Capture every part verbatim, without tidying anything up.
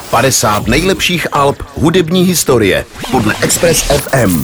padesát nejlepších alb hudební historie podle Express F M.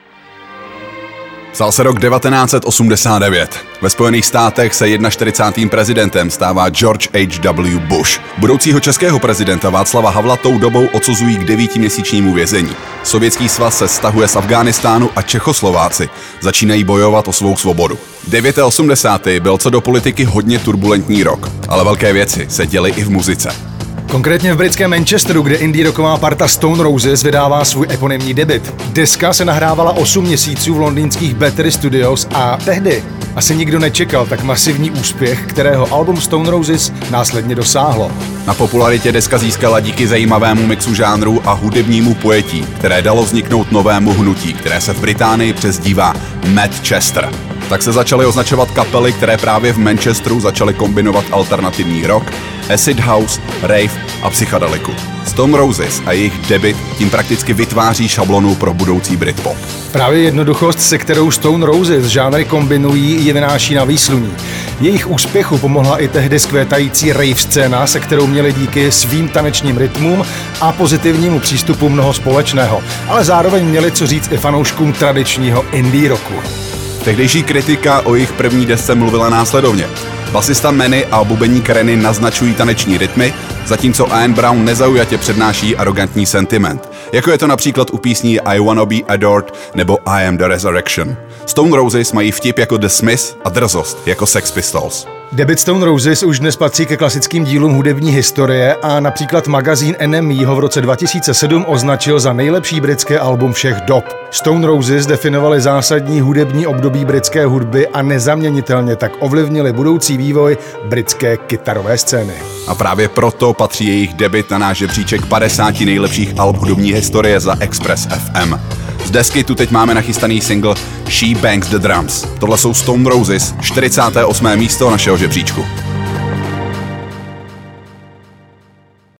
Psal se rok devatenáct set osmdesát devět. Ve Spojených státech se čtyřicátým prvním prezidentem stává George H W Bush. Budoucího českého prezidenta Václava Havla tou dobou odsuzují k devítiměsíčnímu vězení. Sovětský svaz se stahuje z Afghánistánu a Čechoslováci začínají bojovat o svou svobodu. osmdesátý devátý byl co do politiky hodně turbulentní rok, ale velké věci se děly i v muzice. Konkrétně v britském Manchesteru, kde indie rocková parta Stone Roses vydává svůj eponymní debut. Deska se nahrávala osm měsíců v londýnských Battery Studios a tehdy asi nikdo nečekal tak masivní úspěch, kterého album Stone Roses následně dosáhlo. Na popularitě deska získala díky zajímavému mixu žánrů a hudebnímu pojetí, které dalo vzniknout novému hnutí, které se v Británii přezdívá Manchester. Tak se začaly označovat kapely, které právě v Manchesteru začaly kombinovat alternativní rock, acid house, rave a psychedeliku. Stone Roses a jejich debut tím prakticky vytváří šablonu pro budoucí Britpop. Právě jednoduchost, se kterou Stone Roses žánry kombinují, je vynáší na výsluní. Jejich úspěchu pomohla i tehdy skvětající rave scéna, se kterou měli díky svým tanečním rytmům a pozitivnímu přístupu mnoho společného, ale zároveň měli co říct i fanouškům tradičního indie rocku. Tehdejší kritika o jejich první desce mluvila následovně. Basista Manny a bubeník Renny naznačují taneční rytmy, zatímco Ian Brown nezaujatě přednáší arrogantní sentiment, jako je to například u písní I Wanna Be Adored nebo I Am The Resurrection. Stone Roses mají vtip jako The Smiths a drzost jako Sex Pistols. Debut Stone Roses už dnes patří ke klasickým dílům hudební historie a například magazín N M E ho v roce dva tisíce sedm označil za nejlepší britské album všech dob. Stone Roses definovali zásadní hudební období britské hudby a nezaměnitelně tak ovlivnili budoucí vývoj britské kytarové scény. A právě proto patří jejich debut na náš žebříček padesáti nejlepších alb hudební historie za Express F M. Z desky tu teď máme nachystaný single She Bangs the Drums. Tohle jsou Stone Roses, čtyřicáté osmé místo našeho žebříčku.